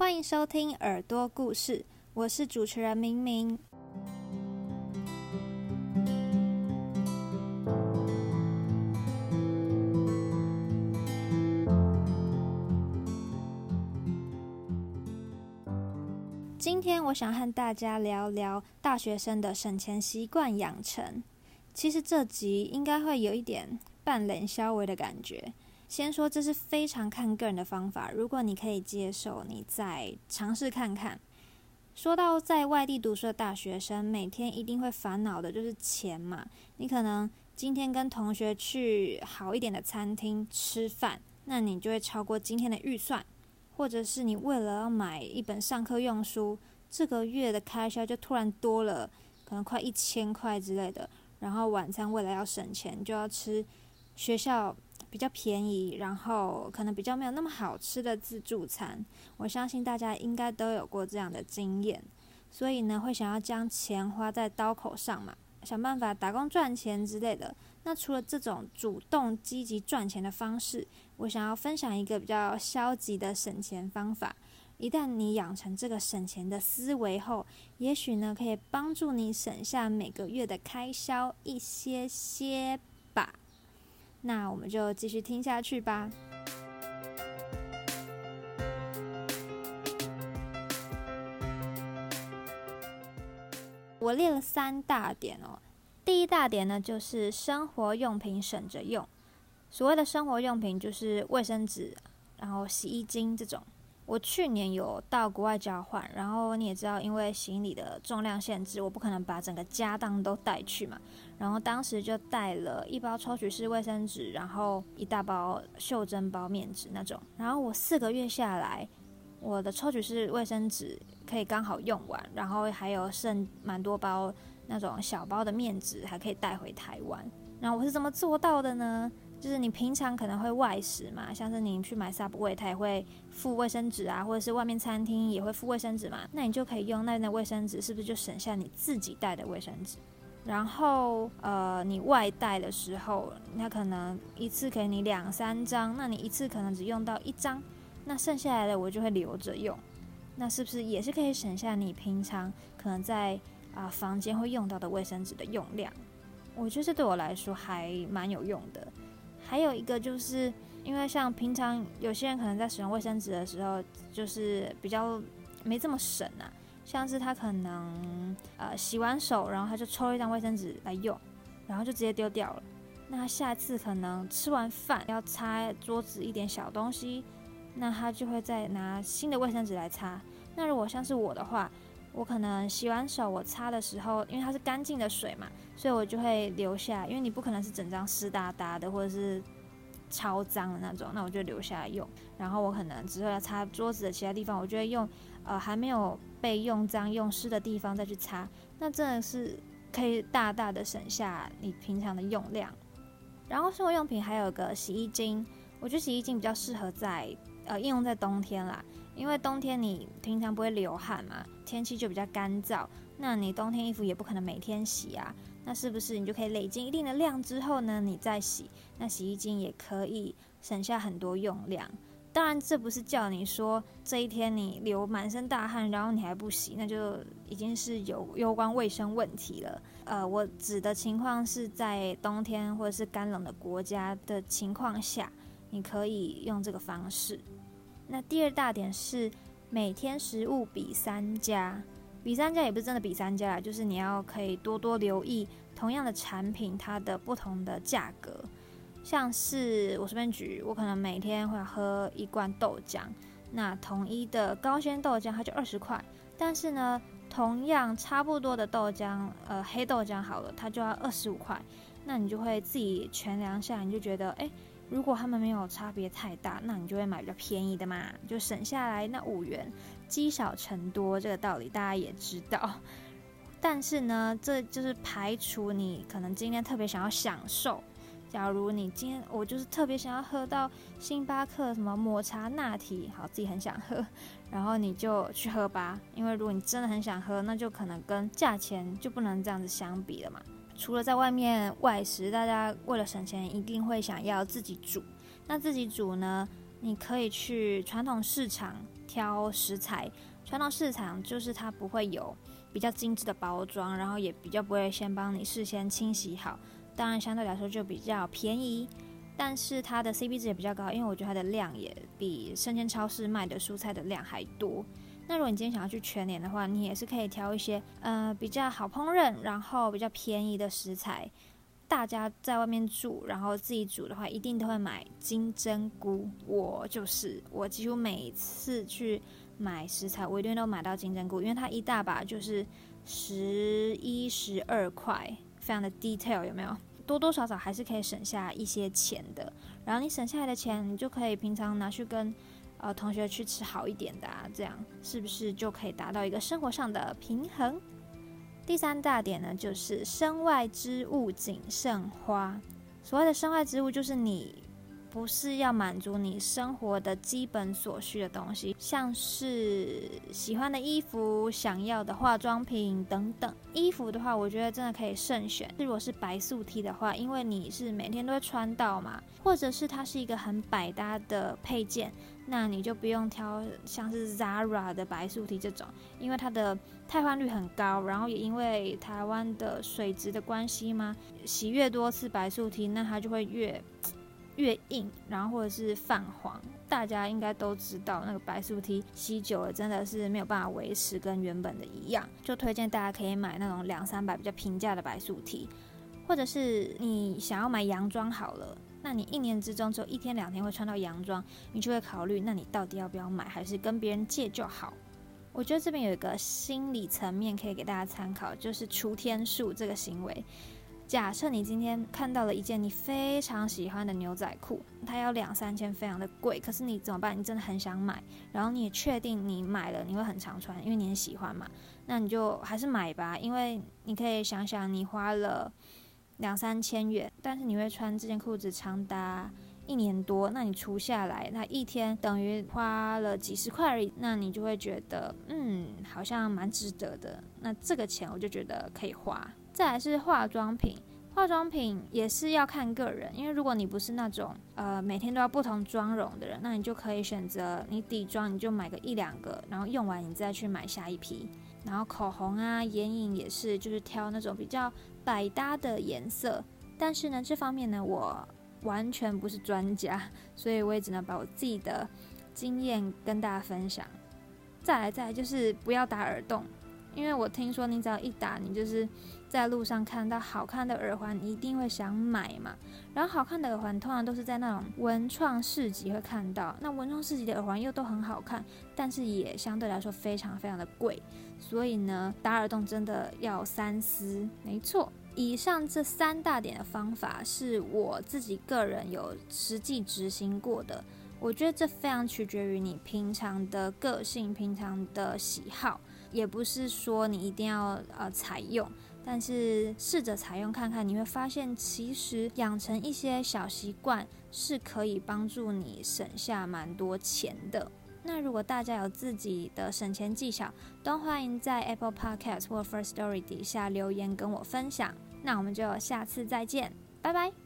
欢迎收听耳朵故事，我是主持人明明。今天我想和大家聊聊大学生的省钱习惯养成。其实这集应该会有一点半冷消微的感觉。先说这是非常看个人的方法，如果你可以接受，你再尝试看看。说到在外地读书的大学生，每天一定会烦恼的就是钱嘛。你可能今天跟同学去好一点的餐厅吃饭，那你就会超过今天的预算。或者是你为了要买一本上课用书，这个月的开销就突然多了，可能快1000块之类的。然后晚餐为了要省钱，就要吃学校比较便宜，然后可能比较没有那么好吃的自助餐。我相信大家应该都有过这样的经验，所以呢，会想要将钱花在刀口上嘛，想办法打工赚钱之类的。那除了这种主动积极赚钱的方式，我想要分享一个比较消极的省钱方法。一旦你养成这个省钱的思维后，也许呢可以帮助你省下每个月的开销一些些吧。那我们就继续听下去吧。我列了3大点哦。第一大点呢，就是生活用品省着用。所谓的生活用品就是卫生纸，然后洗衣精这种。我去年有到国外交换，然后你也知道，因为行李的重量限制，我不可能把整个家当都带去嘛。然后当时就带了1包抽取式卫生纸，然后1大包袖珍包面纸那种。然后我4个月下来，我的抽取式卫生纸可以刚好用完，然后还有剩蛮多包那种小包的面纸，还可以带回台湾。然后我是怎么做到的呢？就是你平常可能会外食嘛，像是你去买 Subway， 它也会附卫生纸啊，或者是外面餐厅也会附卫生纸嘛，那你就可以用那边的卫生纸，是不是就省下你自己带的卫生纸？然后你外带的时候，它可能一次给你2-3张，那你一次可能只用到1张，那剩下来的我就会留着用，那是不是也是可以省下你平常可能在房间会用到的卫生纸的用量？我觉得这对我来说还蛮有用的。还有一个就是因为像平常有些人可能在使用卫生纸的时候，就是比较没这么省啊，像是他可能洗完手，然后他就抽一张卫生纸来用，然后就直接丢掉了。那他下次可能吃完饭要擦桌子一点小东西，那他就会再拿新的卫生纸来擦。那如果像是我的话，我可能洗完手我擦的时候，因为它是干净的水嘛，所以我就会留下，因为你不可能是整张湿哒哒的或者是超脏的那种，那我就留下来用。然后我可能之后要擦桌子的其他地方，我就会用还没有被用脏用湿的地方再去擦，那真的是可以大大的省下你平常的用量。然后生活用品还有个洗衣精，我觉得洗衣精比较适合在应用在冬天啦，因为冬天你平常不会流汗嘛，天气就比较干燥，那你冬天衣服也不可能每天洗啊，那是不是你就可以累积一定的量之后呢，你再洗，那洗衣精也可以省下很多用量。当然这不是叫你说这一天你流满身大汗然后你还不洗，那就已经是有关卫生问题了。我指的情况是在冬天或者是干冷的国家的情况下，你可以用这个方式。那第二大点是每天食物比3家，比3家也不是真的比3家啦，就是你要可以多多留意同样的产品它的不同的价格。像是我随便举，我可能每天会喝1罐豆浆，那统一的高纤豆浆它就20块，但是呢同样差不多的豆浆黑豆浆好了，它就要25块，那你就会自己权量下，你就觉得如果他们没有差别太大，那你就会买比较便宜的嘛，就省下来那5元，积少成多，这个道理大家也知道。但是呢，这就是排除你可能今天特别想要享受，假如你今天我就是特别想要喝到星巴克什么抹茶拿铁，好，自己很想喝，然后你就去喝吧，因为如果你真的很想喝，那就可能跟价钱就不能这样子相比了嘛。除了在外面外食，大家为了省钱一定会想要自己煮。那自己煮呢，你可以去传统市场挑食材，传统市场就是它不会有比较精致的包装，然后也比较不会先帮你事先清洗好，当然相对来说就比较便宜，但是它的 CP 值也比较高，因为我觉得它的量也比生鲜超市卖的蔬菜的量还多。那如果你今天想要去全联的话，你也是可以挑一些比较好烹饪，然后比较便宜的食材。大家在外面住，然后自己煮的话，一定都会买金针菇。我几乎每次去买食材，我一定都买到金针菇，因为它一大把就是11、12块，非常的 detail， 有没有？多多少少还是可以省下一些钱的。然后你省下来的钱，你就可以平常拿去跟同学去吃好一点的这样是不是就可以达到一个生活上的平衡？第3大点呢，就是身外之物谨慎花。所谓的身外之物，就是你不是要满足你生活的基本所需的东西，像是喜欢的衣服、想要的化妆品等等。衣服的话，我觉得真的可以慎选。如果是白素 T 的话，因为你是每天都会穿到嘛，或者是它是一个很百搭的配件，那你就不用挑像是 Zara 的白素 T 这种，因为它的汰换率很高，然后也因为台湾的水质的关系嘛，洗越多次白素 T， 那它就会越硬，然后或者是泛黄。大家应该都知道，那个白素 T 洗久了真的是没有办法维持跟原本的一样，就推荐大家可以买那种200-300比较平价的白素 T， 或者是你想要买洋装好了，那你1年之中只有1天2天会穿到洋装，你就会考虑，那你到底要不要买，还是跟别人借就好。我觉得这边有一个心理层面可以给大家参考，就是除天数这个行为。假设你今天看到了一件你非常喜欢的牛仔裤，它要2-3千，非常的贵，可是你怎么办？你真的很想买，然后你也确定你买了你会很常穿，因为你很喜欢嘛，那你就还是买吧。因为你可以想想，你花了2-3千元，但是你会穿这件裤子长达1年多，那你除下来，那1天等于花了几十块而已，那你就会觉得好像蛮值得的，那这个钱我就觉得可以花。再来是化妆品，化妆品也是要看个人，因为如果你不是那种每天都要不同妆容的人，那你就可以选择你底妆你就买个1-2个，然后用完你再去买下一批。然后口红啊、眼影也是，就是挑那种比较百搭的颜色。但是呢，这方面呢我完全不是专家，所以我也只能把我自己的经验跟大家分享。再来就是不要打耳洞，因为我听说你只要一打，你就是在路上看到好看的耳环，你一定会想买嘛。然后好看的耳环通常都是在那种文创市集会看到，那文创市集的耳环又都很好看，但是也相对来说非常非常的贵，所以呢，打耳洞真的要三思。没错，以上这3大点的方法是我自己个人有实际执行过的，我觉得这非常取决于你平常的个性、平常的喜好，也不是说你一定要采用，但是试着采用看看，你会发现其实养成一些小习惯是可以帮助你省下蛮多钱的。那如果大家有自己的省钱技巧，都欢迎在 Apple Podcast 或 First Story 底下留言跟我分享。那我们就下次再见，拜拜。